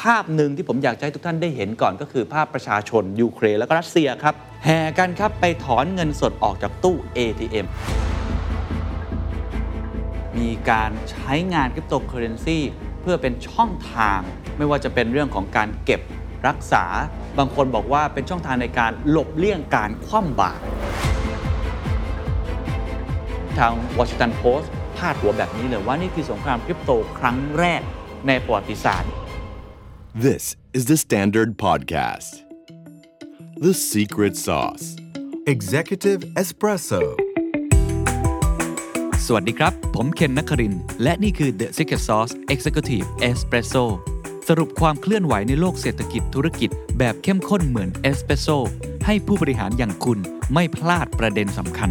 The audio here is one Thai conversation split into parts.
ภาพหนึ่งที่ผมอยากให้ทุกท่านได้เห็นก่อนก็คือภาพประชาชนยูเครนและก็รัสเซียครับแห่กันครับไปถอนเงินสดออกจากตู้ ATM มีการใช้งานคริปโตเคอเรนซีเพื่อเป็นช่องทางไม่ว่าจะเป็นเรื่องของการเก็บรักษาบางคนบอกว่าเป็นช่องทางในการหลบเลี่ยงการคว่ำบาตรทาง Washington Post พาดหัวแบบนี้เลยว่านี่คือสงครามคริปโตครั้งแรกในประวัติศาสตร์ This is the Standard Podcast. The Secret Sauce. Executive Espresso. สวัสดีครับผมเคนนครินทร์และนี่คือ The Secret Sauce Executive Espresso สรุปความเคลื่อนไหวในโลกเศรษฐกิจธุรกิจแบบเข้มข้นเหมือนเอสเปรสโซ่ให้ผู้บริหารอย่างคุณไม่พลาดประเด็นสำคัญ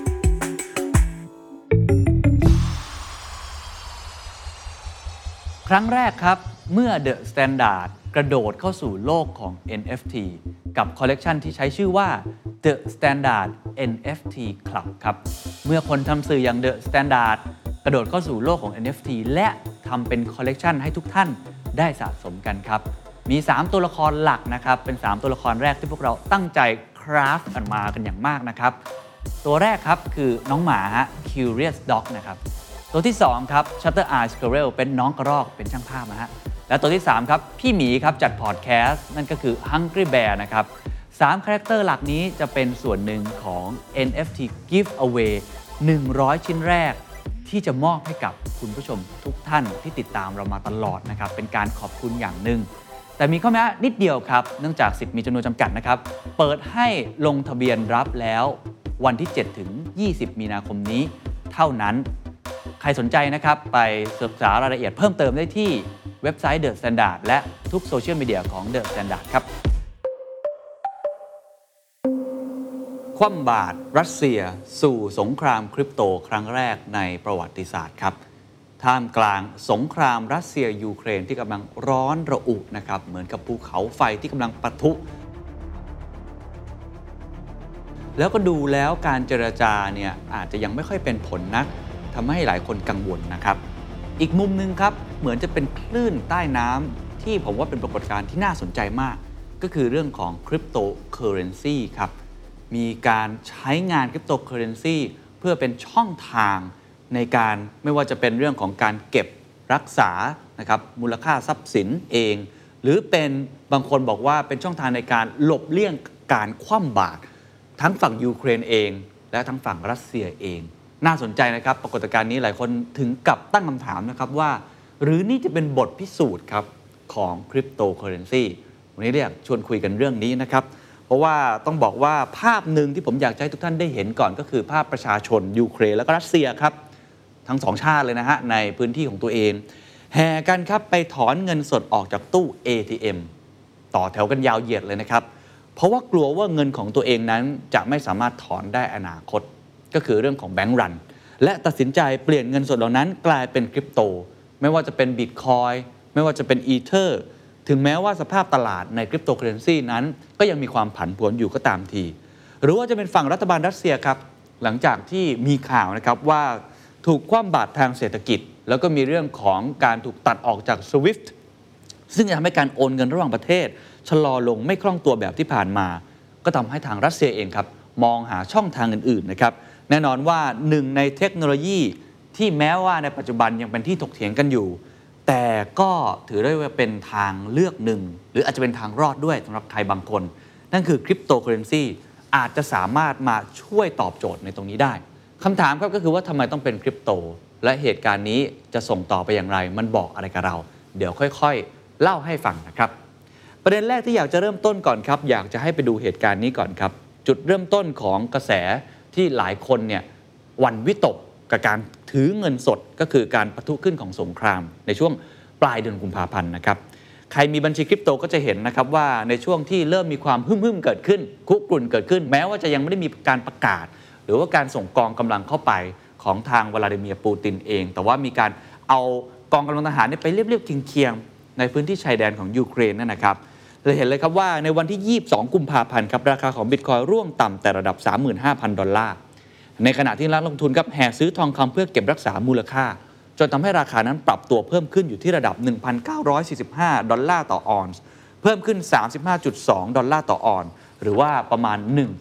ครั้งแรกครับเมื่อ The Standard กระโดดเข้าสู่โลกของ NFT กับคอลเลกชันที่ใช้ชื่อว่า The Standard NFT Club ครับเมื่อคนทำสื่ออย่าง The Standard กระโดดเข้าสู่โลกของ NFT และทำเป็นคอลเลกชันให้ทุกท่านได้สะสมกันครับมี3ตัวละครหลักนะครับเป็น3ตัวละครแรกที่พวกเราตั้งใจคราฟกันมากันอย่างมากนะครับตัวแรกครับคือน้องหมาฮะ Curious Dog นะครับตัวที่2ครับ Shutter Eye Squirrel เป็นน้องกระรอกเป็นช่างภาพนะฮะและตัวที่3ครับพี่หมีครับจัดพอดแคสต์นั่นก็คือ Hungry Bear นะครับ3คาแรคเตอร์หลักนี้จะเป็นส่วนหนึ่งของ NFT Giveaway 100 ชิ้นแรกที่จะมอบให้กับคุณผู้ชมทุกท่านที่ติดตามเรามาตลอดนะครับเป็นการขอบคุณอย่างหนึ่งแต่มีข้อแม้นิดเดียวครับเนื่องจากสิทธิ์มีจำนวนจำกัดนะครับเปิดให้ลงทะเบียนรับแล้ววันที่7ถึง20มีนาคมนี้เท่านั้นใครสนใจนะครับไปศึกษารายละเอียดเพิ่มเติมได้ที่เว็บไซต์ The Standard และทุกโซเชียลมีเดียของ The Standard ครับคว่ำบาตรรัสเซียสู่สงครามคริปโตครั้งแรกในประวัติศาสตร์ครับท่ามกลางสงครามรัสเซียยูเครนที่กำลังร้อนระอุนะครับเหมือนกับภูเขาไฟที่กำลังปะทุแล้วก็ดูแล้วการเจรจาเนี่ยอาจจะยังไม่ค่อยเป็นผลนักทำให้หลายคนกังวลนะครับอีกมุมนึงครับเหมือนจะเป็นคลื่นใต้น้ำที่ผมว่าเป็นปรากฏการณ์ที่น่าสนใจมากก็คือเรื่องของคริปโตเคอเรนซีครับมีการใช้งานคริปโตเคอเรนซีเพื่อเป็นช่องทางในการไม่ว่าจะเป็นเรื่องของการเก็บรักษานะครับมูลค่าทรัพย์สินเองหรือเป็นบางคนบอกว่าเป็นช่องทางในการหลบเลี่ยงการคว่ำบาตรทั้งฝั่งยูเครนเองและทั้งฝั่งรัสเซียเองน่าสนใจนะครับปรากฏการณ์นี้หลายคนถึงกับตั้งคำถามนะครับว่าหรือนี่จะเป็นบทพิสูจน์ครับของคริปโตเคอเรนซีวันนี้อยากชวนคุยกันเรื่องนี้นะครับเพราะว่าต้องบอกว่าภาพหนึ่งที่ผมอยากให้ทุกท่านได้เห็นก่อนก็คือภาพประชาชนยูเครนและก็รัสเซียครับทั้งสองชาติเลยนะฮะในพื้นที่ของตัวเองแห่กันครับไปถอนเงินสดออกจากตู้ ATM ต่อแถวกันยาวเหยียดเลยนะครับเพราะว่ากลัวว่าเงินของตัวเองนั้นจะไม่สามารถถอนได้อนาคตก็คือเรื่องของแบงก์รันและตัดสินใจเปลี่ยนเงินสดเหล่านั้นกลายเป็นคริปโตไม่ว่าจะเป็นบิตคอยน์ไม่ว่าจะเป็นอีเธอร์ถึงแม้ว่าสภาพตลาดในคริปโตเคอเรนซีนั้นก็ยังมีความผันผวนอยู่ก็ตามทีหรือว่าจะเป็นฝั่งรัฐบาลรัสเซียครับหลังจากที่มีข่าวนะครับว่าถูกคว่ำบาตรทางเศรษฐกิจแล้วก็มีเรื่องของการถูกตัดออกจาก SWIFT ซึ่งจะทำให้การโอนเงินระหว่างประเทศชะลอลงไม่คล่องตัวแบบที่ผ่านมาก็ทำให้ทางรัสเซียเองครับมองหาช่องทางอื่นๆนะครับแน่นอนว่าหนึ่งในเทคโนโลยีที่แม้ว่าในปัจจุบันยังเป็นที่ถกเถียงกันอยู่แต่ก็ถือได้ว่าเป็นทางเลือกหนึ่งหรืออาจจะเป็นทางรอดด้วยสำหรับใครบางคนนั่นคือคริปโตเคอเรนซีอาจจะสามารถมาช่วยตอบโจทย์ในตรงนี้ได้คำถามครับก็คือว่าทำไมต้องเป็นคริปโตและเหตุการณ์นี้จะส่งต่อไปอย่างไรมันบอกอะไรกับเราเดี๋ยวค่อยๆเล่าให้ฟังนะครับประเด็นแรกที่อยากจะเริ่มต้นก่อนครับอยากจะให้ไปดูเหตุการณ์นี้ก่อนครับจุดเริ่มต้นของกระแสที่หลายคนเนี่ยหวั่นวิตกกับการถือเงินสดก็คือการปะทุขึ้นของสงครามในช่วงปลายเดือนกุมภาพันธ์นะครับใครมีบัญชีคริปโตก็จะเห็นนะครับว่าในช่วงที่เริ่มมีความฮึ่มๆเกิดขึ้นคุกรุ่นเกิดขึ้นแม้ว่าจะยังไม่ได้มีการประกาศหรือว่าการส่งกองกำลังเข้าไปของทางวลาดิเมียร์ปูตินเองแต่ว่ามีการเอากองกำลังทหารไปเรียบๆเคียงๆในพื้นที่ชายแดนของยูเครนนั่นนะครับเราเห็นเลยครับว่าในวันที่22กุมภาพันธ์ครับราคาของบิตคอยน์ร่วงต่ำแต่ระดับ $35,000 ในขณะที่นักลงทุนครับแห่ซื้อทองคำเพื่อเก็บรักษามูลค่าจนทำให้ราคานั้นปรับตัวเพิ่มขึ้นอยู่ที่ระดับ $1,945 ต่อออนซ์เพิ่มขึ้น $35.2 ต่อออนซ์หรือว่าประมาณ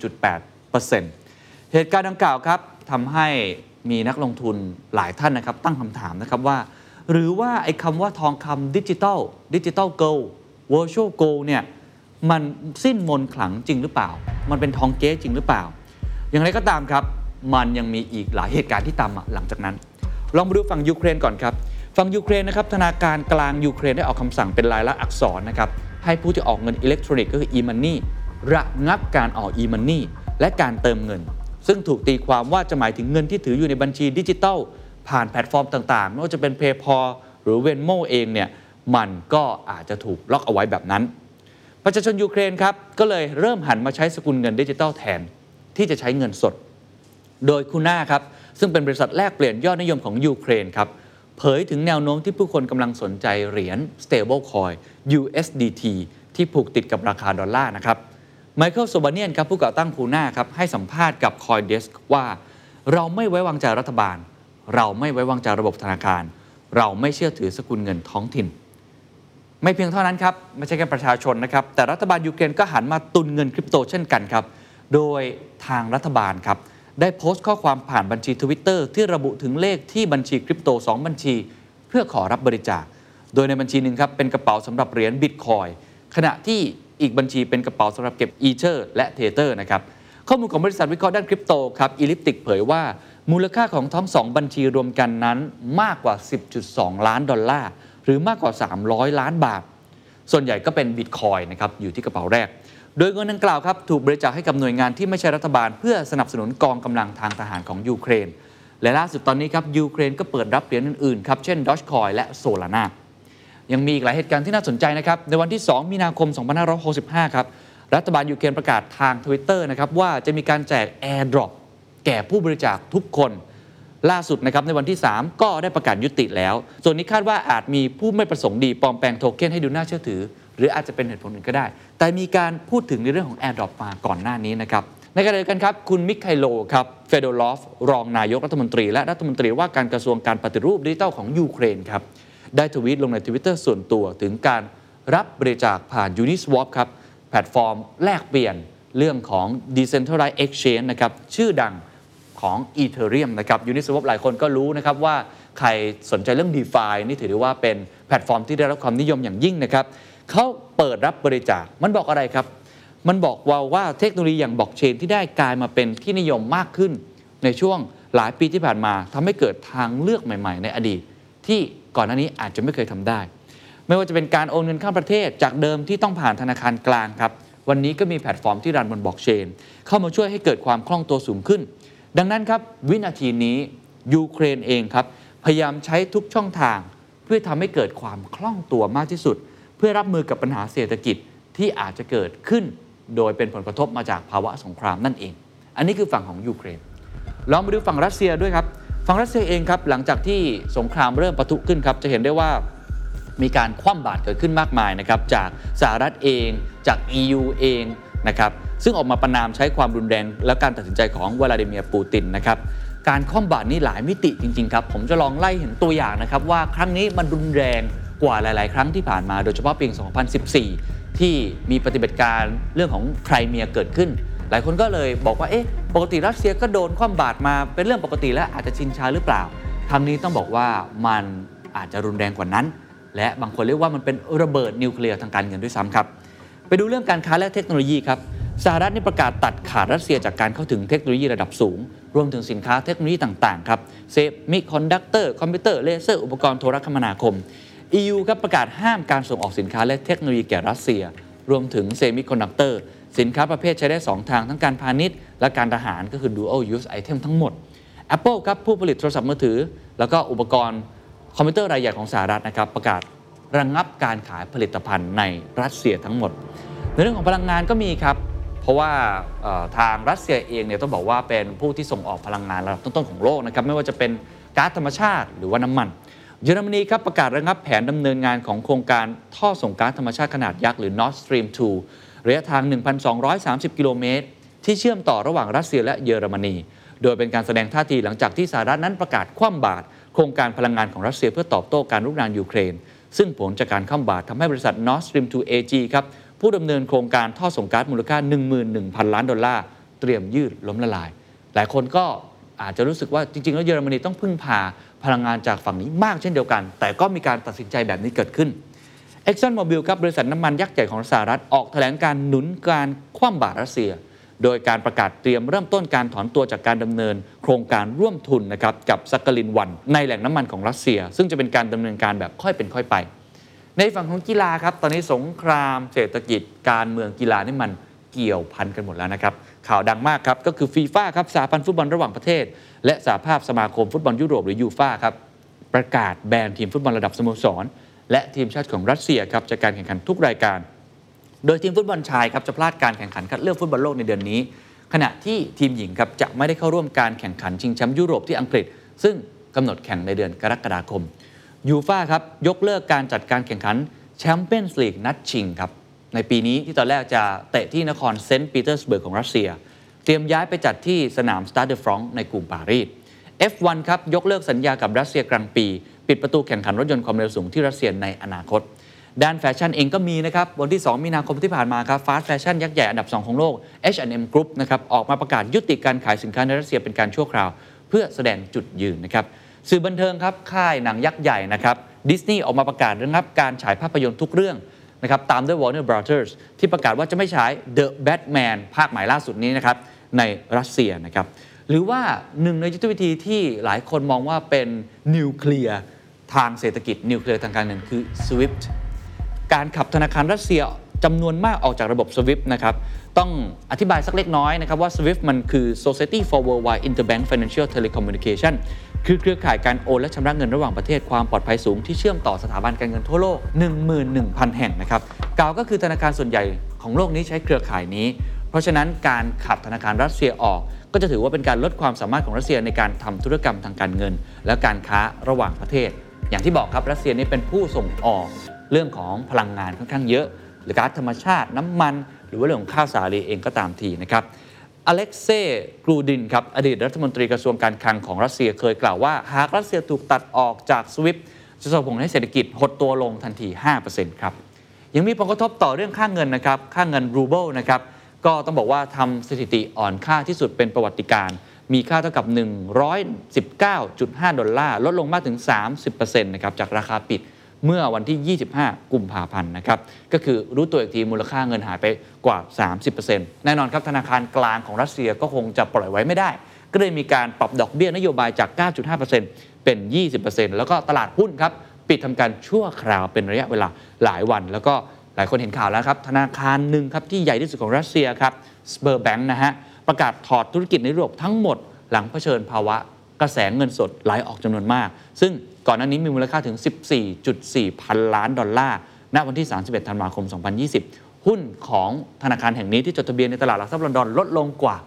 1.8% เหตุการณ์ดังกล่าวครับทำให้มีนักลงทุนหลายท่านนะครับตั้งคำถามนะครับว่าหรือว่าไอ้คำว่าทองคำดิจิทัลโกลด์เวอร์ชวลโกลด์เนี่ยมันสิ้นมนต์ขลังจริงหรือเปล่ามันเป็นทองเก๊จริงหรือเปล่าอย่างไรก็ตามครับมันยังมีอีกหลายเหตุการณ์ที่ตามมาหลังจากนั้นลองมาดูฝั่งยูเครนก่อนครับฝั่งยูเครนนะครับธนาคารกลางยูเครนได้ออกคำสั่งเป็นลายลักษณ์อักษรนะครับให้ผู้ที่ออกเงินอิเล็กทรอนิกส์ก็คือ e-money ระงับการออก e-money และการเติมเงินซึ่งถูกตีความว่าจะหมายถึงเงินที่ถืออยู่ในบัญชีดิจิทัลผ่านแพลตฟอร์มต่างๆไม่ว่าจะเป็น PayPal หรือ Venmo เองเนี่ยมันก็อาจจะถูกล็อกเอาไว้แบบนั้นประชาชนยูเครนครับก็เลยเริ่มหันมาใช้สกุลเงินดิจิทัลแทนที่จะใช้เงินสดโดยคูน่าครับซึ่งเป็นบริษัทแลกเปลี่ยนยอดนิยมของยูเครนครับเผยถึงแนวโน้มที่ผู้คนกำลังสนใจเหรียญ Stablecoin USDT ที่ผูกติดกับราคาดอลลาร์นะครับไมเคิลโซบาเนียนครับผู้ก่อตั้งคูน่าครับให้สัมภาษณ์กับ CoinDesk ว่าเราไม่ไว้วางใจรัฐบาลเราไม่ไว้วางใจระบบธนาคารเราไม่เชื่อถือสกุลเงินท้องถิ่นไม่เพียงเท่านั้นครับไม่ใช่แค่ประชาชนนะครับแต่รัฐบาลยูเครนก็หันมาตุนเงินคริปโตเช่นกันครับโดยทางรัฐบาลครับได้โพสต์ข้อความผ่านบัญชี Twitter ที่ระบุถึงเลขที่บัญชีคริปโต2บัญชีเพื่อขอรับบริจาคโดยในบัญชีหนึ่งครับเป็นกระเป๋าสำหรับเหรียญ Bitcoin ขณะที่อีกบัญชีเป็นกระเป๋าสำหรับเก็บ Ether และ Tether นะครับข้อมูลของบริษัทวิเคราะห์ด้านคริปโตครับ Elliptic เผยว่ามูลค่าของทั้ง2บัญชีรวมกันนั้นมากกว่า 10.2 ล้านดอลลาร์หรือมากกว่า300ล้านบาทส่วนใหญ่ก็เป็น Bitcoin นะครับอยู่ที่กระเป๋าแรกโดยเงินดังกล่าวครับถูกบริจาคให้กับหน่วยงานที่ไม่ใช่รัฐบาลเพื่อสนับสนุนกองกำลังทางทหารของยูเครนและล่าสุดตอนนี้ครับยูเครนก็เปิดรับเหรียญอื่นๆครับเช่น Dogecoin และ Solana ยังมีอีกหลายเหตุการณ์ที่น่าสนใจนะครับในวันที่ 2 มีนาคม 2565 ครับรัฐบาลยูเครนประกาศทาง Twitter นะครับว่าจะมีการแจก Airdrop แก่ผู้บริจาคทุกคนล่าสุดนะครับในวันที่ 3 ก็ได้ประกาศยุติแล้วส่วนนี้คาดว่าอาจมีผู้ไม่ประสงค์ดีปลอมแปลงโทเค็นให้ดูน่าเชื่อถือหรืออาจจะเป็นเหตุผลอื่นก็ได้แต่มีการพูดถึงในเรื่องของ Airdrop มาก่อนหน้านี้นะครับในขณะเดียวกันครับคุณมิคาโลครับเฟโดลอฟรองนายกรัฐมนตรีและรัฐมนตรีว่าการกระทรวงการปฏิรูปดิจิทัลของยูเครนครับได้ทวีตลงใน Twitter ส่วนตัวถึงการรับบริจาคผ่าน Uniswap ครับแพลตฟอร์มแลกเปลี่ยนเรื่องของ Decentralized Exchange นะครับชื่อดังของ Ethereum นะครับ Uniswap หลายคนก็รู้นะครับว่าใครสนใจเรื่อง DeFi นี่ถือได้ว่าเป็นแพลตฟอร์มที่ได้รับความนิยมอย่างยิ่งนะครับเขาเปิดรับบริจาคมันบอกอะไรครับมันบอกว่าเทคโนโลยีอย่างบล็อกเชนที่ได้กลายมาเป็นที่นิยมมากขึ้นในช่วงหลายปีที่ผ่านมาทำให้เกิดทางเลือกใหม่ๆในอดีตที่ก่อนหน้านี้อาจจะไม่เคยทำได้ไม่ว่าจะเป็นการโอนเงินข้ามประเทศจากเดิมที่ต้องผ่านธนาคารกลางครับวันนี้ก็มีแพลตฟอร์มที่รันบนบล็อกเชนเข้ามาช่วยให้เกิดความคล่องตัวสูงขึ้นดังนั้นครับวินาทีนี้ยูเครนเองครับพยายามใช้ทุกช่องทางเพื่อทำให้เกิดความคล่องตัวมากที่สุดเพื่อรับมือกับปัญหาเศรษฐกิจที่อาจจะเกิดขึ้นโดยเป็นผลกระทบมาจากภาวะสงครามนั่นเองอันนี้คือฝั่งของยูเครนลองมาดูฝั่งรัสเซียด้วยครับฝั่งรัสเซียเองครับหลังจากที่สงครามเริ่มปะทุขึ้นครับจะเห็นได้ว่ามีการคว่ำบาตรเกิดขึ้นมากมายนะครับจากสหรัฐเองจาก EU เองนะครับซึ่งออกมาประณามใช้ความรุนแรงและการตัดสินใจของวลาดิเมียร์ปูตินนะครับการคว่ำบาตรนี้หลายมิติจริงๆครับผมจะลองไล่เห็นตัวอย่างนะครับว่าครั้งนี้มันรุนแรงกว่าหลายๆครั้งที่ผ่านมาโดยเฉพาะปี 2014 ที่มีปฏิบัติการเรื่องของไครเมียเกิดขึ้นหลายคนก็เลยบอกว่าปกติรัสเซียก็โดนคว่ำบาตรมาเป็นเรื่องปกติแล้วอาจจะชินชาหรือเปล่าครั้งนี้ต้องบอกว่ามันอาจจะรุนแรงกว่านั้นและบางคนเรียกว่ามันเป็นระเบิดนิวเคลียร์ทางการเงินด้วยซ้ำครับไปดูเรื่องการค้าและเทคโนโลยีครับสหรัฐนี่ประกาศตัดขาดรัสเซียจากการเข้าถึงเทคโนโลยีระดับสูงรวมถึงสินค้าเทคโนโลยีต่างๆครับเซมิคอนดักเตอร์คอมพิวเตอร์เลเซอร์อุปกรณ์โทรคมนาคม EU ครับประกาศห้ามการส่งออกสินค้าและเทคโนโลยีแก่รัสเซียรวมถึงเซมิคอนดักเตอร์สินค้าประเภทใช้ได้2ทางทั้งการพาณิชย์และการทหารก็คือ dual use item ทั้งหมด Apple ครับผู้ผลิตโทรศัพท์มือถือแล้วก็อุปกรณ์คอมพิวเตอร์รายใหญ่ของสหรัฐนะครับประกาศระงับการขายผลิตภัณฑ์ในรัสเซียทั้งหมดในเรื่องของพลังงานก็มีครับเพราะว่าทางรัสเซียเองเนี่ยต้องบอกว่าเป็นผู้ที่ส่งออกพลังงานระดับต้นๆของโลกนะครับไม่ว่าจะเป็นก๊าซธรรมชาติหรือว่าน้ำมันเยอรมนีครับประกาศระงับแผนดำเนินงานของโครงการท่อส่งก๊าซธรรมชาติขนาดยักษ์หรือ Nord Stream 2 ระยะทาง 1,230 กิโลเมตรที่เชื่อมต่อระหว่างรัสเซียและเยอรมนีโดยเป็นการแสดงท่าทีหลังจากที่สหรัฐนั้นประกาศคว่ำบาตรโครงการพลังงานของรัสเซียเพื่อตอบโต้การรุกรานยูเครนซึ่งผลจากการคว่ำบาตรทำให้บริษัท Nord Stream 2 AG ครับผู้ดำเนินโครงการท่อส่งก๊าซมูลค่า 11,000 ล้านดอลลาร์เตรียมยืดล้มละลายหลายคนก็อาจจะรู้สึกว่าจริงๆแล้วเยอรมนีต้องพึ่งพาพลังงานจากฝั่งนี้มากเช่นเดียวกันแต่ก็มีการตัดสินใจแบบนี้เกิดขึ้น Exxon Mobil ครับบริษัทน้ำมันยักษ์ใหญ่ของสหรัฐออกแถลงการหนุนการคว่ำบาตรรัสเซียโดยการประกาศเตรียมเริ่มต้นการถอนตัวจากการดำเนินโครงการร่วมทุนนะครับกับซักกลินวันในแหล่งน้ำมันของรัสเซียซึ่งจะเป็นการดำเนินการแบบค่อยเป็นค่อยไปในฝั่งของกีฬาครับตอนนี้สงครามเศรษฐกิจการเมืองกีฬานี่มันเกี่ยวพันกันหมดแล้วนะครับข่าวดังมากครับก็คือฟีฟ่าครับสหพันธ์ฟุตบอลระหว่างประเทศและสหภาพสมาคมฟุตบอลยุโรปหรือยูฟ่าครับประกาศแบนทีมฟุตบอลระดับสโมสรและทีมชาติของรัสเซียครับจากการแข่งขันทุกรายการโดยทีมฟุตบอลชายครับจะพลาดการแข่งขันคัดเลือกฟุตบอลโลกในเดือนนี้ขณะที่ทีมหญิงครับจะไม่ได้เข้าร่วมการแข่งขันชิงแชมป์ยุโรปที่อังกฤษซึ่งกำหนดแข่งในเดือนกรกฎาคมยูฟ่าครับยกเลิกการจัดการแข่งขันแชมเปี้ยนส์ลีกนัดชิงครับในปีนี้ที่ตอนแรกจะเตะที่นครเซนต์ปีเตอร์สเบิร์กของรัสเซียเตรียมย้ายไปจัดที่สนามสตาดเดอฟรองก์ในกรุงปารีส F1 ครับยกเลิกสัญญากับรัสเซียกลางปีปิดประตูแข่งขันรถยนต์ความเร็วสูงที่รัสเซียในอนาคตด้านแฟชั่นเองก็มีนะครับวันที่2มีนาคมที่ผ่านมาครับฟาสต์แฟชั่นยักษ์ใหญ่อันดับ2ของโลก H&M Group นะครับออกมาประกาศยุติการขายสินค้าในรัสเซียเป็นการชั่วคราวเพื่อแสดงจุดยืนนะครับสื่อบันเทิงครับค่ายหนังยักษ์ใหญ่นะครับดิสนีย์ออกมาประกาศระงับการฉายภาพยนตร์ทุกเรื่องนะครับตามด้วย Warner Brothers ที่ประกาศว่าจะไม่ฉาย The Batman ภาคใหม่ล่าสุดนี้นะครับในรัสเซียนะครับหรือว่าหนึ่งในยุทธวิธีที่หลายคนมองว่าเป็นนิวเคลียร์ทางเศรษฐกิจนิวเคลียร์ทางการเงินคือ SWIFT การขับธนาคารรัสเซียจำนวนมากออกจากระบบ SWIFT นะครับต้องอธิบายสักเล็กน้อยนะครับว่า SWIFT มันคือ Society for Worldwide Interbank Financial Telecommunication คือเครือข่ายการโอนและชำระเงินระหว่างประเทศความปลอดภัยสูงที่เชื่อมต่อสถาบันการเงินทั่วโลก 11,000 แห่งนะครับกล่าวก็คือธนาคารส่วนใหญ่ของโลกนี้ใช้เครือข่ายนี้เพราะฉะนั้นการขับธนาคารรัสเซียออกก็จะถือว่าเป็นการลดความสามารถของรัสเซียในการทำธุรกรรมทางการเงินและการค้าระหว่างประเทศอย่างที่บอกครับรัสเซียนี้เป็นผู้ส่งออกเรื่องของพลังงานค่อนข้างเยอะหรือก๊าซธรรมชาติน้ำมันหรือว่าเรื่องของข้าวสาลีเองก็ตามทีนะครับอเล็กเซย์กรูดินครับอดีตรัฐมนตรีกระทรวงการคลังของรัสเซียเคยกล่าวว่าหากรัสเซียถูกตัดออกจากสวิฟต์จะส่งผลให้เศรษฐกิจหดตัวลงทันที 5% ครับยังมีผลกระทบต่อเรื่องค่าเงินนะครับค่าเงินรูเบิลนะครับก็ต้องบอกว่าทำสถิติอ่อนค่าที่สุดเป็นประวัติการณ์มีค่าเท่ากับ 119.5 ดอลลาร์ลดลงมากถึง 30% นะครับจากราคาปิดเมื่อวันที่ 25 กุมภาพันธ์นะครับก็คือรู้ตัวอีกทีมูลค่าเงินหายไปกว่า 30% แน่นอนครับธนาคารกลางของรัสเซียก็คงจะปล่อยไว้ไม่ได้ก็เลยมีการปรับดอกเบี้ยนโยบายจาก 9.5% เป็น 20% แล้วก็ตลาดหุ้นครับปิดทำการชั่วคราวเป็นระยะเวลาหลายวันแล้วก็หลายคนเห็นข่าวแล้วครับธนาคารหนึ่งครับที่ใหญ่ที่สุดของรัสเซียครับสเบอร์แบงค์นะฮะประกาศถอดธุรกิจในยุโรปทั้งหมดหลังเผชิญภาวะกระแสเงินสดไหลออกจำนวนมากซึ่งก่อนหน้านี้มีมูลค่าถึง 14.4 พันล้านดอลลาร์ณวันที่ 31 ธันวาคม 2020 หุ้นของธนาคารแห่งนี้ที่จดทะเบียนในตลาดหลักทรัพย์ลอนดอนลดลงกว่า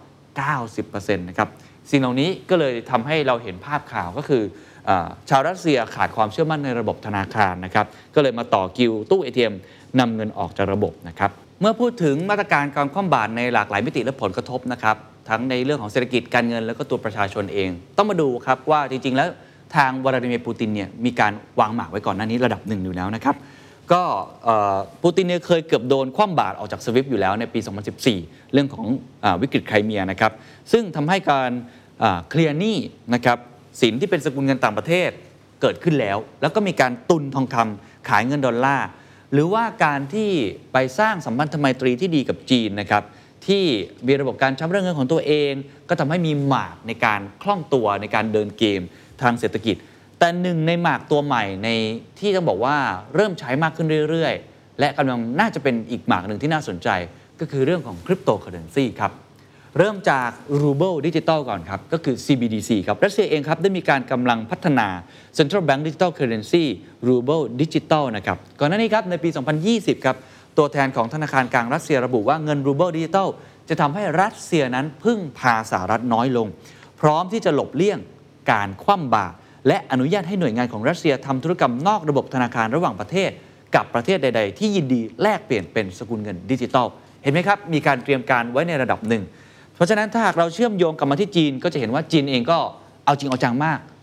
90% นะครับสิ่งเหล่านี้ก็เลยทำให้เราเห็นภาพข่าวก็คือชาวรัสเซียขาดความเชื่อมั่นในระบบธนาคารนะครับก็เลยมาต่อคิวตู้ ATM นำเงินออกจากระบบนะครับเมื่อพูดถึงมาตรการการคว่ำบาตรในหลากหลายมิติและผลกระทบนะครับทั้งในเรื่องของเศรษฐกิจการเงินแล้วก็ตัวประชาชนเองต้องมาดูครับว่าจริงๆแล้วทางวลาดิเมียร์ปูตินเนี่ยมีการวางหมากไว้ก่อนหน้านี้ระดับหนึ่งอยู่แล้วนะครับก็ปูตินเนี่ยเคยเกือบโดนคว่ำบาตรออกจากสวิฟต์อยู่แล้วในปี 2014 เรื่องของวิกฤตไครเมียนะครับซึ่งทำให้การเคลียร์หนี้นะครับสินที่เป็นสกุลเงินต่างประเทศเกิดขึ้นแล้วก็มีการตุนทองคำขายเงินดอลลาร์หรือว่าการที่ไปสร้างสัมพันธไมตรีที่ดีกับจีนนะครับที่มีระบบการชำระเงินของตัวเองก็ทำให้มีหมากในการคล่องตัวในการเดินเกมทางเศรษฐกิจแต่หนึ่งในหมากตัวใหม่ในที่ต้องบอกว่าเริ่มใช้มากขึ้นเรื่อยๆและกำลังน่าจะเป็นอีกหมากหนึ่งที่น่าสนใจก็คือเรื่องของคริปโตเคอเรนซีครับเริ่มจากรูเบิลดิจิตอลก่อนครับก็คือ CBDC ครับรัสเซียเองครับได้มีการกำลังพัฒนา Central Bank Digital Currency Ruble Digital นะครับก่อนหน้านี้ครับในปี 2020 ครับตัวแทนของธนาคารกลางรัสเซียระบุว่าเงินรูเบิลดิจิตอลจะทำให้รัสเซียนั้นพึ่งพาสหรัฐน้อยลงพร้อมที่จะหลบเลี่ยงการคว่ำบาตรและอนุญาตให้หน่วยงานของรัสเซียทำธุรกรรมนอกระบบธนาคารระหว่างประเทศกับประเทศใดๆที่ยินดีแลกเปลี่ยนเป็นสกุลเงินดิจิตอลเห็นไหมครับมีการเตรียมการไว้ในระดับหนึ่งเพราะฉะนั้นถ้าหากเราเชื่อมโยงกลับมาที่จีนก็จะเห็นว่าจีนเองก็เอาจริงเอาจังมาก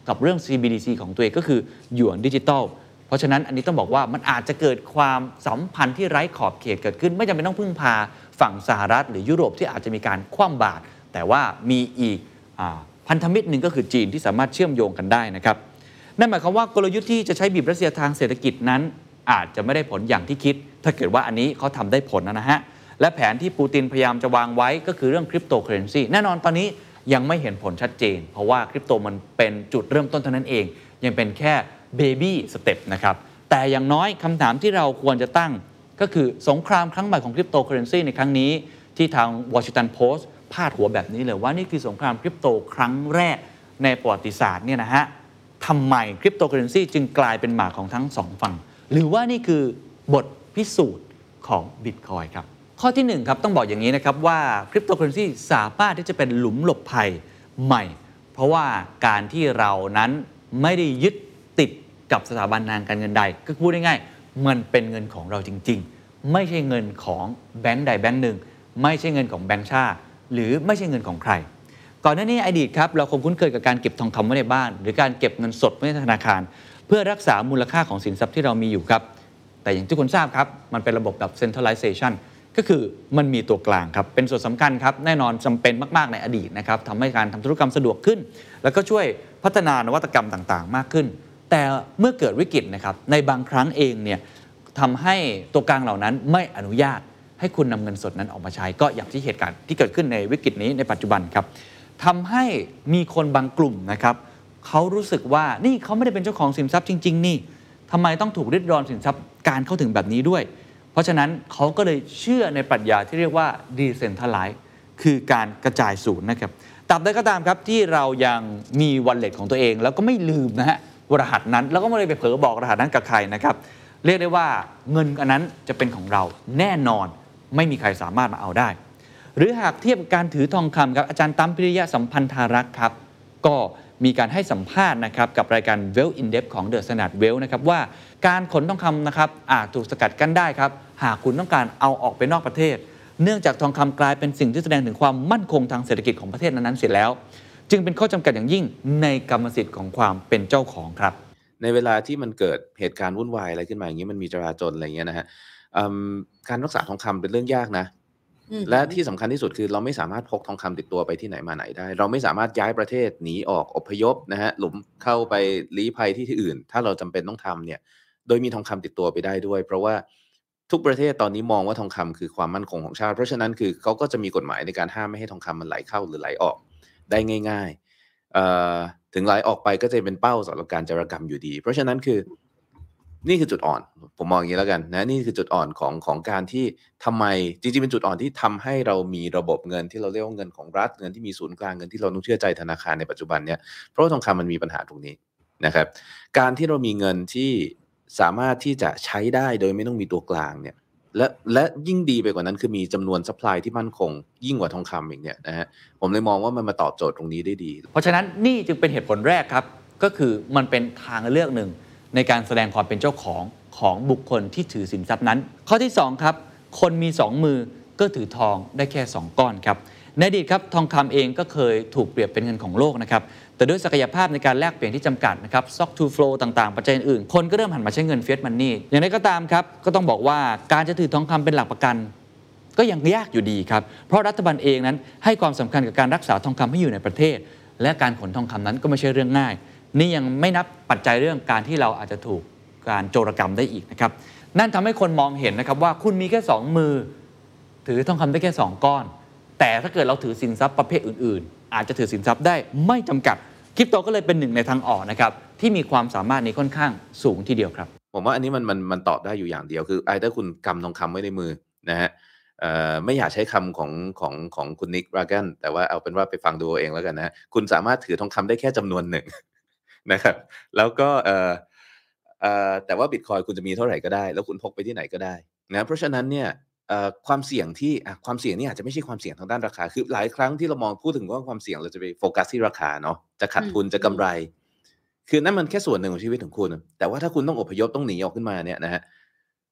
กับเรื่อง CBDC ของตัวเองก็คือหยวนดิจิตอลเพราะฉะนั้นอันนี้ต้องบอกว่ามันอาจจะเกิดความสัมพันธ์ที่ไร้ขอบเขตเกิดขึ้นไม่จำเป็นต้องพึ่งพาฝั่งสหรัฐหรือยุโรปที่อาจจะมีการคว่ำบาตรแต่ว่ามีอีกพันธมิตรหนึ่งก็คือจีนที่สามารถเชื่อมโยงกันได้นะครับนั่นหมายความว่ากลยุทธ์ที่จะใช้บีบรัสเซียทางเศรษฐกิจนั้นอาจจะไม่ได้ผลอย่างที่คิดถ้าเกิดว่าอันนี้เขาทำได้ผลนะฮะและแผนที่ปูตินพยายามจะวางไว้ก็คือเรื่องคริปโตเคอเรนซีแน่นอนตอนนี้ยังไม่เห็นผลชัดเจนเพราะว่าคริปโตมันเป็นจุดเริ่มต้นเท่านั้นเองยังเป็นแค่เบบี้สเต็ปนะครับแต่อย่างน้อยคำถามที่เราควรจะตั้งก็คือสงครามครั้งใหม่ของคริปโตเคอเรนซีในครั้งนี้ที่ทาง Washington Post พาดหัวแบบนี้เลยว่านี่คือสงครามคริปโตครั้งแรกในประวัติศาสตร์เนี่ยนะฮะทำไมคริปโตเคอเรนซีจึงกลายเป็นหมากของทั้งสองฝั่งหรือว่านี่คือบทพิสูจน์ของ Bitcoin ครับข้อที่1ครับต้องบอกอย่างนี้นะครับว่าคริปโตเคอเรนซีสามารถที่จะเป็นหลุมหลบภัยใหม่เพราะว่าการที่เรานั้นไม่ได้ยึดติดกับสถาบันทางการเงินใดก็พูดง่ายๆมันเป็นเงินของเราจริงๆไม่ใช่เงินของแบงก์ใดแบงก์หนึ่งไม่ใช่เงินของแบงก์ชาติหรือไม่ใช่เงินของใครก่อนหน้านี้อดีตครับเราคงคุ้นเคยกับการเก็บทองคำไว้ในบ้านหรือการเก็บเงินสดไว้ในธนาคารเพื่อรักษามูลค่าของสินทรัพย์ที่เรามีอยู่ครับแต่อย่างที่คุณทราบครับมันเป็นระบบแบบ centralization ก็คือมันมีตัวกลางครับเป็นส่วนสำคัญครับแน่นอนจำเป็นมากๆในอดีตนะครับทำให้การทำธุรกรรมสะดวกขึ้นแล้วก็ช่วยพัฒนานวัตกรรมต่างๆมากขึ้นแต่เมื่อเกิดวิกฤตนะครับในบางครั้งเองเนี่ยทำให้ตัวกลางเหล่านั้นไม่อนุญาตให้คุณนำเงินสดนั้นออกมาใช้ก็อย่างที่เหตุการณ์ที่เกิดขึ้นในวิกฤตนี้ในปัจจุบันครับทำให้มีคนบางกลุ่มนะครับเขารู้สึกว่านี่เขาไม่ได้เป็นเจ้าของสินทรัพย์จริงๆนี่ทำไมต้องถูกริดรอนสินทรัพย์การเข้าถึงแบบนี้ด้วยเพราะฉะนั้นเขาก็เลยเชื่อในปรัชญาที่เรียกว่า decentralize คือการกระจายศูนย์นะครับตราบใดก็ตามครับที่เรายังมี wallet ของตัวเองแล้วก็ไม่ลืมนะฮะรหัสนั้นแล้วก็ไม่ได้ไปเผลอบอกรหัสนั้นกับใครนะครับเรียกได้ว่าเงินอันนั้นจะเป็นของเราแน่นอนไม่มีใครสามารถมาเอาได้หรือหากเทียบการถือทองคำครับอาจารย์ตั้มพิริยะสัมพันธารักษ์ครับก็มีการให้สัมภาษณ์นะครับกับรายการ Wealth in Depth ของ The Standard Wealth นะครับว่าการขนทองคำนะครับอาจถูกสกัดกั้นได้ครับหากคุณต้องการเอาออกไปนอกประเทศเนื่องจากทองคำกลายเป็นสิ่งที่แสดงถึงความมั่นคงทางเศรษฐกิจของประเทศนั้นๆเสร็จแล้วจึงเป็นข้อจำกัดอย่างยิ่งในกรรมสิทธิ์ของความเป็นเจ้าของครับในเวลาที่มันเกิดเหตุการณ์วุ่นวายอะไรขึ้นมาอย่างนี้มันมีจราจรอะไรอย่างเงี้ยนะฮะการรักษาทองคำเป็นเรื่องยากนะและที่สำคัญที่สุดคือเราไม่สามารถพกทองคำติดตัวไปที่ไหนมาไหนได้เราไม่สามารถย้ายประเทศหนีออกอพยพนะฮะหลุมเข้าไปลี้ภัยที่อื่นถ้าเราจำเป็นต้องทำเนี่ยโดยมีทองคำติดตัวไปได้ด้วยเพราะว่าทุกประเทศตอนนี้มองว่าทองคำคือความมั่นคงของชาติเพราะฉะนั้นคือเขาก็จะมีกฎหมายในการห้ามไม่ให้ทองคำมันไหลเข้าหรือไหลออกได้ง่ายๆถึงไหลออกไปก็จะเป็นเป้าสำหรับการจารกรรมอยู่ดีเพราะฉะนั้นคือนี่คือจุดอ่อนผมมองอย่างนี้แล้วกันนะนี่คือจุดอ่อนของการที่ทำไมจริงๆเป็นจุดอ่อนที่ทำให้เรามีระบบเงินที่เราเรียกว่าเงินของรัฐเงินที่มีศูนย์กลางเงินที่เราต้องเชื่อใจธนาคารในปัจจุบันเนี่ยเพราะว่าทองคำมันมีปัญหาตรงนี้นะครับการที่เรามีเงินที่สามารถที่จะใช้ได้โดยไม่ต้องมีตัวกลางเนี่ยและยิ่งดีไปกว่านั้นคือมีจำนวนซัพพลายที่มั่นคงยิ่งกว่าทองคำอีกเนี่ยนะฮะผมเลยมองว่ามันมาตอบโจทย์ตรงนี้ได้ดีเพราะฉะนั้นนี่จึงเป็นเหตุผลแรกครับก็คือมันเป็นทางเลือกหนึ่งในการแสดงความเป็นเจ้าของบุคคลที่ถือสินทรัพย์นั้นข้อที่2ครับคนมี2มือก็ถือทองได้แค่2ก้อนครับในอดีตครับทองคำเองก็เคยถูกเปรียบเป็นเงินของโลกนะครับแต่ด้วยศักยภาพในการแลกเปลี่ยนที่จำกัดนะครับ stock to flow ต่างๆปัจจัยอื่นคนก็เริ่มหันมาใช้เงิน fiat money อย่างไรก็ตามครับก็ต้องบอกว่าการจะถือทองคำเป็นหลักประกันก็ยังยากอยู่ดีครับเพราะรัฐบาลเองนั้นให้ความสำคัญกับการรักษาทองคำให้อยู่ในประเทศและการขนทองคำนั้นก็ไม่ใช่เรื่องง่ายนี่ยังไม่นับปัจจัยเรื่องการที่เราอาจจะถูกการโจรกรรมได้อีกนะครับนั่นทำให้คนมองเห็นนะครับว่าคุณมีแค่2มือถือทองคำได้แค่2ก้อนแต่ถ้าเกิดเราถือสินทรัพย์ประเภทอื่นๆอาจจะถือสินทรัพย์ได้ไม่จำกัดคริปโตก็เลยเป็นหนึ่งในทางออกนะครับที่มีความสามารถนี้ค่อนข้างสูงทีเดียวครับผมว่าอันนี้มันตอบได้อยู่อย่างเดียวคือถ้าคุณกำทองคำไว้ในมือนะฮะไม่อยากใช้คำของคุณนิกราแกนแต่ว่าเอาเป็นว่าไปฟังดูเองแล้วกันนะคุณสามารถถือทองคำได้แค่จำนวนหนึ่งนะครับแล้วก็แต่ว่า Bitcoin คุณจะมีเท่าไหร่ก็ได้แล้วคุณพกไปที่ไหนก็ได้นะเพราะฉะนั้นเนี่ยความเสี่ยงนี่อาจจะไม่ใช่ความเสี่ยงทางด้านราคาคือหลายครั้งที่เรามองพูดถึงว่าความเสี่ยงเราจะไปโฟกัสที่ราคาเนาะจะขาดทุนจะกำไรคือนั่นมันแค่ส่วนหนึ่งของชีวิตของคุณแต่ว่าถ้าคุณต้องอพยพต้องหนีออกขึ้นมาเนี่ยนะฮะ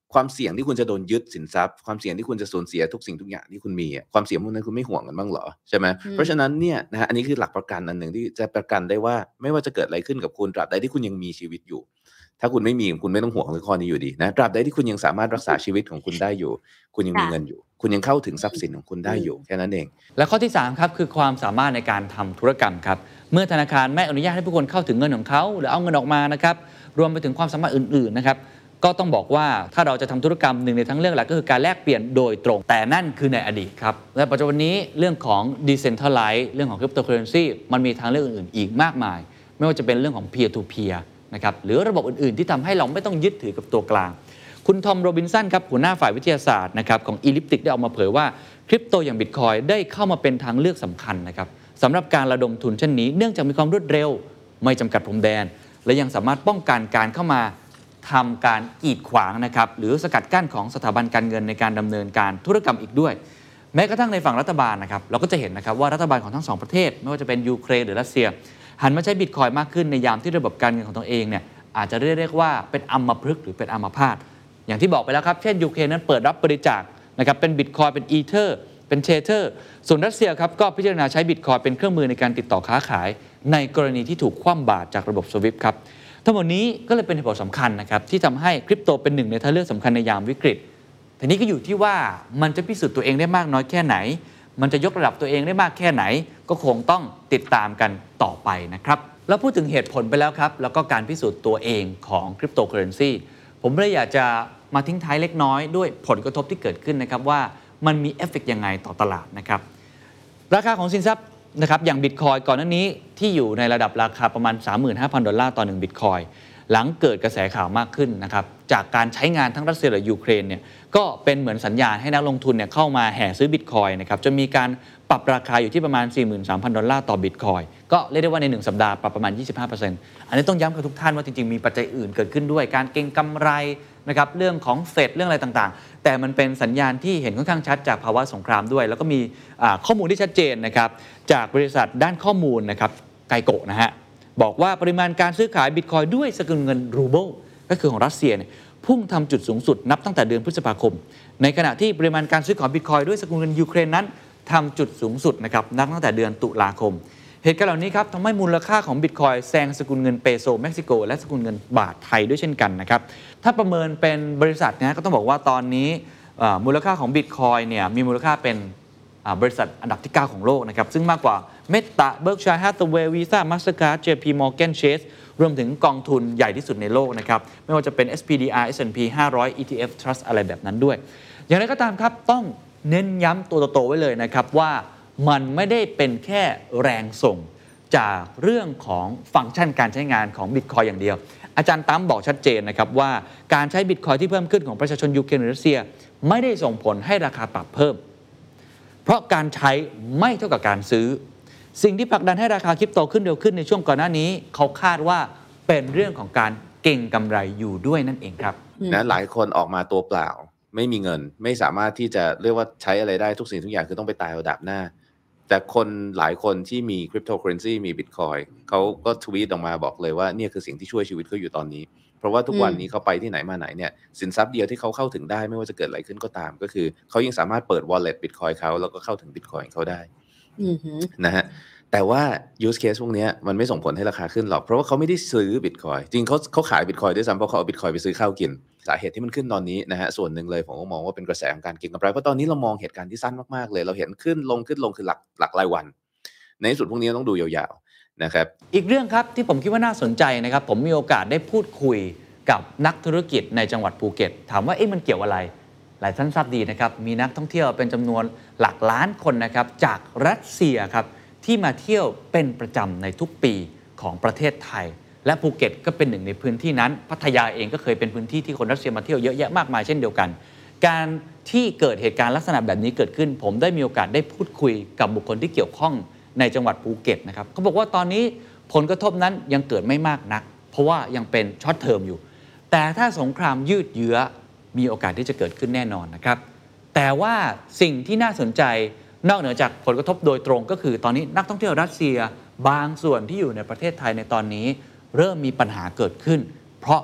ความเสี่ยงที่คุณจะโดนยึดสินทรัพย์ความเสี่ยงที่คุณจะสูญเสียทุกสิ่งทุกอย่างที่คุณมีความเสี่ยงพวกนั้นคุณไม่ห่วงกันบ้างเหรอใช่ไหมเพราะฉะนั้นเนี่ยนะฮะอันนี้คือหลักประกันอันหนึ่งที่จะประกันได้ว่าไม่ว่าจะเกิดอะไรขึ้นกับคุณตราบใดที่คุณยังมีชีวิตอยู่ถ้าคุณไม่มีคุณไม่ต้องห่วงเรื่องข้อนี้อยู่ดีนะตราบใดที่คุณยังสามารถรักษาชีวิตของคุณได้อยู่คุณยังมีเงินอยู่คุณยังเข้าถึงทรัพย์สินของคุณได้อยู่แค่นั้นเองและข้อที่3ครับคือความสามารถในการทำธุรกรรมครับเมื่อธนาคารไม่อนุญาตให้ผู้คนเข้าถึงเงินของเขาหรือเอาเงินออกมานะครับรวมไปถึงความสามารถอื่นๆนะครับก็ต้องบอกว่าถ้าเราจะทำธุรกรรมหนึ่งในทั้งเรื่องหลักก็คือการแลกเปลี่ยนโดยตรงแต่นั่นคือในอดีตครับและปัจจุบันนี้เรื่องของ Decentralized เรื่องของ Cryptocurrency มันมีทางเลือกอื่นๆอีกมากมายไม่ว่าจะเป็นเรื่องของ Peer to Peer นะครับหรือระบบอื่นๆที่ทำให้เราไม่ต้องยึดถือกับตัวกลางคุณทอมโรบินสันครับหัวหน้าฝ่ายวิทยาศาสตร์นะครับของ Elliptic ได้ออกมาเผยว่าคริปโตอย่าง Bitcoin ได้เข้ามาเป็นทางเลือกสำคัญนะครับสำหรับการระดมทุนเช่นนี้เนื่องจากมีความรวดเร็วไม่จำกัดพรมแดนและยังสามารถป้องกันการเข้ามาทำการกีดขวางนะครับหรือสกัดกั้นของสถาบันการเงินในการดำเนินการธุรกรรมอีกด้วยแม้กระทั่งในฝั่งรัฐบาลนะครับเราก็จะเห็นนะครับว่ารัฐบาลของทั้งสองประเทศไม่ว่าจะเป็นยูเครนหรือรัสเซียหันมาใช้บิตคอยน์มากขึ้นในยามที่ระบบการเงินของตัวเองเนี่ยอาจจะเรียกว่าเป็นอัมพฤกษ์หรือเป็นอัมพาตอย่างที่บอกไปแล้วครับเช่นยูเครนนั้นเปิดรับบริจาคนะครับเป็นบิตคอยน์เป็นอีเธอร์เป็นเทเทอร์ส่วนรัสเซียครับก็พิจารณาใช้บิตคอยน์เป็นเครื่องมือในการติดต่อค้าขายในกรณีที่ถูกคว่ำบาตรจากระบบสวิฟต์ครับทั้งหมดนี้ก็เลยเป็นเหตุผลสำคัญนะครับที่ทำให้คริปโตเป็นหนึ่งในทางเลือกสำคัญในยามวิกฤตทีนี้ก็อยู่ที่ว่ามันจะพิสูจน์ตัวเองได้มากน้อยแค่ไหนมันจะยกระดับตัวเองได้มากแค่ไหนก็คงต้องติดตามกันต่อไปนะครับแล้วพูดถึงเหตุผลไปแล้วครับแล้วก็การพิสูจน์ตัวเองของคริปโตเคอเรนซีผมเลยอยากจะมาทิ้งท้ายเล็กน้อยด้วยผลกระทบที่เกิดขึ้นนะครับว่ามันมีเอฟเฟกต์ยังไงต่อตลาดนะครับราคาของสินทรัพย์นะครับอย่างบิตคอยก่อนหน้านี้ที่อยู่ในระดับราคาประมาณ $35,000 ต่อ1บิตคอยหลังเกิดกระแสข่าวมากขึ้นนะครับจากการใช้งานทั้งรัสเซียและยูเครนเนี่ยก็เป็นเหมือนสัญญาณให้นักลงทุนเนี่ยเข้ามาแห่ซื้อบิตคอยนะครับจนมีการปรับราคาอยู่ที่ประมาณ $43,000 ต่อบิตคอยก็เรียกได้ว่าใน1สัปดาห์ปรับประมาณ 25% อันนี้ต้องย้ำกับทุกท่านว่าจริงๆมีปัจจัยอื่นเกิดขึ้นด้วยการเก็งกำไรนะครับเรื่องของเฟดเรื่องอะไรต่างๆแต่มันเป็นสัญญาณที่เห็นค่อนข้างชัดจากภาวะสงครามด้วยแล้วก็มีข้อมูลที่ชัดเจนนะครับจากบริษัทด้านข้อมูลนะครับไกโกะนะฮะบอกว่าปริมาณการซื้อขายบิตคอยด้วยสกุลเงินรูเบิลก็คือของรัสเซียเนี่ยพุ่งทำจุดสูงสุดนับตั้งแต่เดือนพฤษภาคมในขณะที่ปริมาณการซื้อของบิตคอยด้วยสกุลเงินยูเครนนั้นทำจุดสูงสุดนะครับนับตั้งแต่เดือนตุลาคมเหตุการณ์เหล่านี้ครับทำให้มูลค่าของบิตคอยแซงสกุลเงินเปโซเม็กซิโกและสกุลเงินบาทไทยด้วยเช่นกันนะครับถ้าประเมินเป็นบริษัทนะก็ต้องบอกว่าตอนนี้มูลค่าของบิตคอยเนี่ยมีมูลค่าเป็นบริษัทอันดับที่9ของโลกนะครับซึ่งมากกว่า Meta Berkshire Hathaway Visa Mastercard JP Morgan Chase รวมถึงกองทุนใหญ่ที่สุดในโลกนะครับไม่ว่าจะเป็น SPDR S&P 500 ETF Trust อะไรแบบนั้นด้วยอย่างไรก็ตามครับต้องเน้นย้ำตัวโตๆไว้เลยนะครับว่ามันไม่ได้เป็นแค่แรงส่งจากเรื่องของฟังก์ชันการใช้งานของ Bitcoin อย่างเดียวอาจารย์ตั้มบอกชัดเจนนะครับว่าการใช้ Bitcoin ที่เพิ่มขึ้นของประชาชนยูเครนหรือรัสเซียไม่ได้ส่งผลให้ราคาปรับเพิ่มเพราะการใช้ไม่เท่ากับการซื้อสิ่งที่ผลักดันให้ราคาคริปโตขึ้นเร็วขึ้นในช่วงก่อนหน้านี้เขาคาดว่าเป็นเรื่องของการเก็งกำไรอยู่ด้วยนั่นเองครับนะหลายคนออกมาตัวเปล่าไม่มีเงินไม่สามารถที่จะเรียกว่าใช้อะไรได้ทุกสิ่งทุกอย่างคือต้องไปตายเอาดาบหน้าแต่คนหลายคนที่มีคริปโตเคอเรนซีมีบิตคอยเขาก็ทวีตออกมาบอกเลยว่าเนี่ยคือสิ่งที่ช่วยชีวิตเขาอยู่ตอนนี้เพราะว่าทุกวันนี้เขาไปที่ไหนมาไหนเนี่ยสินทรัพย์เดียวที่เขาเข้าถึงได้ไม่ว่าจะเกิดอะไรขึ้นก็ตามก็คือเขายังสามารถเปิด wallet บิตคอยเขาแล้วก็เข้าถึงบิตคอยเขาได้นะฮะแต่ว่า use case พวกนี้มันไม่ส่งผลให้ราคาขึ้นหรอกเพราะว่าเขาไม่ได้ซื้อบิตคอยจริงเขาขายบิตคอยด้วยซ้ำเพราะเขาเอาบิตคอยไปซื้อข้าวกินสาเหตุที่มันขึ้นตอนนี้นะฮะส่วนหนึ่งเลยผมก็มองว่าเป็นกระแสของการเก็งกำไรเพราะตอนนี้เรามองเหตุการณ์ที่สั้นมากๆเลยเราเห็นขึ้นลงคือหลักรายวันในที่สุดพวกนี้ต้องดูยาวๆนะครับอีกเรื่องครับที่ผมคิดว่าน่าสนใจนะครับผมมีโอกาสได้พูดคุยกับนักธุรกิจในจังหวัดภูเก็ตถามว่ามันเกี่ยวอะไรหลายท่านทราบดีนะครับมีนักท่องเที่ยวเป็นจำนวนหลักล้านคนนะครับจากรัสเซียครับที่มาเที่ยวเป็นประจำในทุกปีของประเทศไทยและภูเก็ตก็เป็นหนึ่งในพื้นที่นั้นพัทยาเองก็เคยเป็นพื้นที่ที่คนรัสเซียมาเที่ยวเยอะแยะมากมายเช่นเดียวกันการที่เกิดเหตุการณ์ลักษณะแบบนี้เกิดขึ้นผมได้มีโอกาสได้พูดคุยกับบุคคลที่เกี่ยวข้องในจังหวัดภูเก็ตนะครับเขาบอกว่าตอนนี้ผลกระทบนั้นยังเกิดไม่มากนักเพราะว่ายังเป็นช็อตเทอมอยู่แต่ถ้าสงครามยืดเยื้อมีโอกาสที่จะเกิดขึ้นแน่นอนนะครับแต่ว่าสิ่งที่น่าสนใจนอกเหนือจากผลกระทบโดยตรงก็คือตอนนี้นักท่องเที่ยวรัสเซียบางส่วนที่อยู่ในประเทศไทยในตอนนี้เริ่มมีปัญหาเกิดขึ้นเพราะ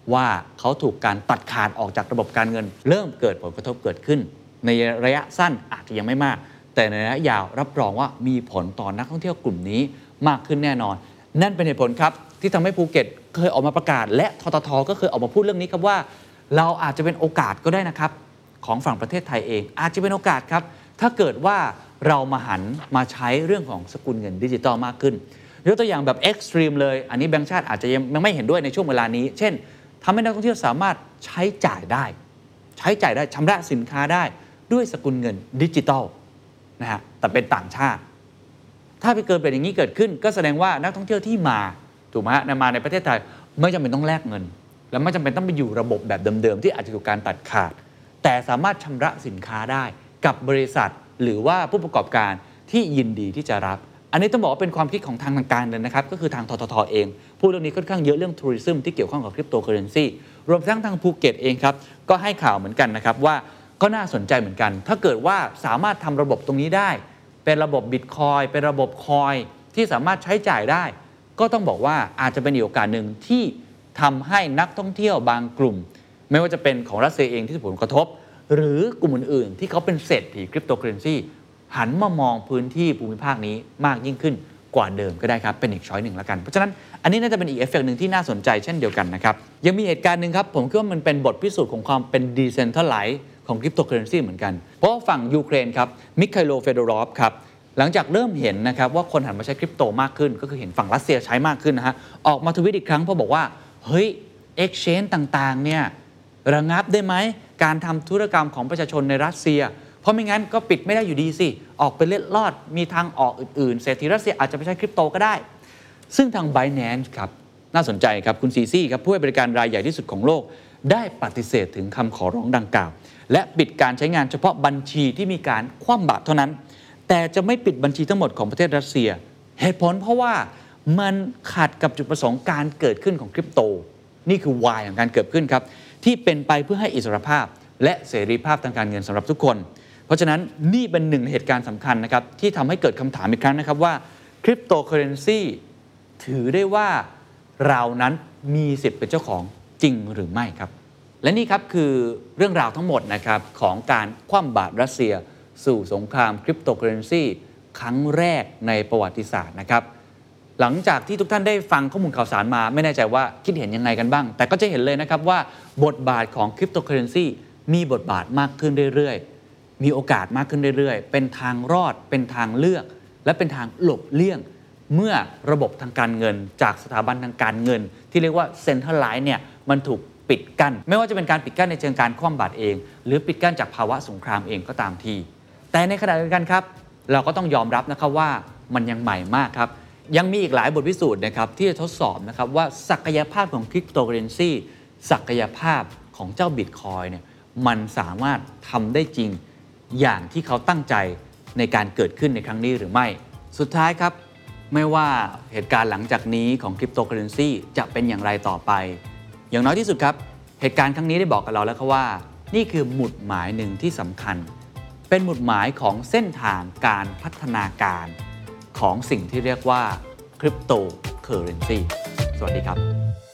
ว่าเขาถูกการตัดขาดออกจากระบบการเงินเริ่มเกิดผลกระทบเกิดขึ้นในระยะสั้นอาจจะยังไม่มากแต่ในระยะยาวรับรองว่ามีผลต่อนักท่องเที่ยวกลุ่มนี้มากขึ้นแน่นอนนั่นเป็นเหตุผลครับที่ทำให้ภูเก็ตเคยออกมาประกาศและททท.ก็เคยออกมาพูดเรื่องนี้ครับว่าเราอาจจะเป็นโอกาสก็ได้นะครับของฝั่งประเทศไทยเองอาจจะเป็นโอกาสครับถ้าเกิดว่าเรามาหันมาใช้เรื่องของสกุลเงินดิจิตอลมากขึ้นยกตัวอย่างแบบเอ็กซ์ตรีมเลยอันนี้แบงก์ชาติอาจจะยังไม่เห็นด้วยในช่วงเวลานี้เช่นทำให้นักท่องเที่ยวสามารถใช้จ่ายได้ชำระสินค้าได้ด้วยสกุลเงินดิจิตอลนะฮะแต่เป็นต่างชาติถ้าเกิดเป็นอย่างนี้เกิดขึ้นก็แสดงว่านักท่องเที่ยวที่มาถูกไหมฮะมาในประเทศไทยไม่จำเป็นต้องแลกเงินและไม่จำเป็นต้องไปอยู่ระบบแบบเดิมๆที่อาจจะถูกการตัดขาดแต่สามารถชำระสินค้าได้กับบริษัทหรือว่าผู้ประกอบการที่ยินดีที่จะรับอันนี้ต้องบอกว่าเป็นความคิดของทางการเลยนะครับก็คือทางททท.เองพูดเรื่องนี้ค่อนข้างเยอะเรื่องทัวริซึมที่เกี่ยวข้องกับคริปโตเคอเรนซีรวมทั้งทางภูเก็ตเองครับก็ให้ข่าวเหมือนกันนะครับว่าก็น่าสนใจเหมือนกันถ้าเกิดว่าสามารถทำระบบตรงนี้ได้เป็นระบบบิตคอยเป็นระบบคอยที่สามารถใช้จ่ายได้ก็ต้องบอกว่าอาจจะเป็นอีกโอกาสหนึ่งที่ทำให้นักท่องเที่ยวบางกลุ่มไม่ว่าจะเป็นของรัสเซียเองที่ถูกผลกระทบหรือกลุ่มอื่นๆที่เขาเป็นเศรษฐีคริปโตเคอเรนซีหันมามองพื้นที่ภูมิภาคนี้มากยิ่งขึ้นกว่าเดิมก็ได้ครับเป็นอีกช้อยหนึ่งแล้วกันเพราะฉะนั้นอันนี้น่าจะเป็นอีกเอฟเฟกต์หนึ่งที่น่าสนใจเช่นเดียวกันนะครับยังมีเหตุการณ์หนึ่งครับผมคิดว่ามันเป็นบทพิสูจน์ของความเป็นดีเซนทรัลไลซ์ของคริปโตเคอเรนซีเหมือนกันเพราะฝั่งยูเครนครับมิคไคโลเฟโดรอฟครับหลังจากเริ่มเห็นนะครับว่าคนหันมาใช้คริปโตมากขึ้นก็คือเห็นฝั่งรัสเซียใช้มากขึ้นนะฮะออกมาทวิตอีกครั้งเพราะบอกว่าเฮ้ย exchange ต่างๆเนี่ยระงับได้ไหมการทำธุรกรรมของประชาชนในรัสเซียเพราะไม่งั้นก็ปิดไม่ได้อยู่ดีสิออกไปเล็ดลอดมีทางออกอื่นๆเศรษฐีรัสเซียอาจจะไปใช้คริปโตก็ได้ซึ่งทาง Binance ครับน่าสนใจครับคุณซีซี่ครับผู้ให้บริการรายใหญ่ที่สุดของโลกได้ปฏิเสธถึงคำขอร้องดังกล่าวและปิดการใช้งานเฉพาะบัญชีที่มีการคว่ำบาตรเท่านั้นแต่จะไม่ปิดบัญชีทั้งหมดของประเทศรัสเซียเหตุผลเพราะว่ามันขัดกับจุดประสงค์การเกิดขึ้นของคริปโตนี่คือ why ของการเกิดขึ้นครับที่เป็นไปเพื่อให้อิสรภาพและเสรีภาพทางการเงินสำหรับทุกคนเพราะฉะนั้นนี่เป็นหนึ่งในเหตุการณ์สำคัญนะครับที่ทำให้เกิดคำถามอีกครั้งนะครับว่าคริปโตเคอเรนซีถือได้ว่าเรานั้นมีสิทธิ์เป็นเจ้าของจริงหรือไม่ครับและนี่ครับคือเรื่องราวทั้งหมดนะครับของการคว่ำบาตรรัสเซียสู่สงครามคริปโตเคอเรนซีครั้งแรกในประวัติศาสตร์นะครับหลังจากที่ทุกท่านได้ฟังข้อมูลข่าวสารมาไม่แน่ใจว่าคิดเห็นยังไงกันบ้างแต่ก็จะเห็นเลยนะครับว่าบทบาทของคริปโตเคอเรนซีมีบทบาทมากขึ้นเรื่อยๆมีโอกาสมากขึ้นเรื่อยๆเป็นทางรอดเป็นทางเลือกและเป็นทางหลบเลี่ยงเมื่อระบบทางการเงินจากสถาบันทางการเงินที่เรียกว่าเซ็นทรัลไลซ์เนี่ยมันถูกปิดกั้นไม่ว่าจะเป็นการปิดกั้นในเชิงการคว่ำบาตรเองหรือปิดกั้นจากภาวะสงครามเองก็ตามทีแต่ในขณะเดียวกันครับเราก็ต้องยอมรับนะครับว่ามันยังใหม่มากครับยังมีอีกหลายบทพิสูจน์นะครับที่จะทดสอบนะครับว่าศักยภาพของคริปโตเคอเรนซีศักยภาพของเจ้าบิตคอยน์เนี่ยมันสามารถทำได้จริงอย่างที่เขาตั้งใจในการเกิดขึ้นในครั้งนี้หรือไม่สุดท้ายครับไม่ว่าเหตุการณ์หลังจากนี้ของคริปโตเคอเรนซีจะเป็นอย่างไรต่อไปอย่างน้อยที่สุดครับเหตุการณ์ครั้งนี้ได้บอกกับเราแล้วครับว่านี่คือหมุดหมายหนึ่งที่สำคัญเป็นหมุดหมายของเส้นทางการพัฒนาการของสิ่งที่เรียกว่าคริปโตเคอเรนซีสวัสดีครับ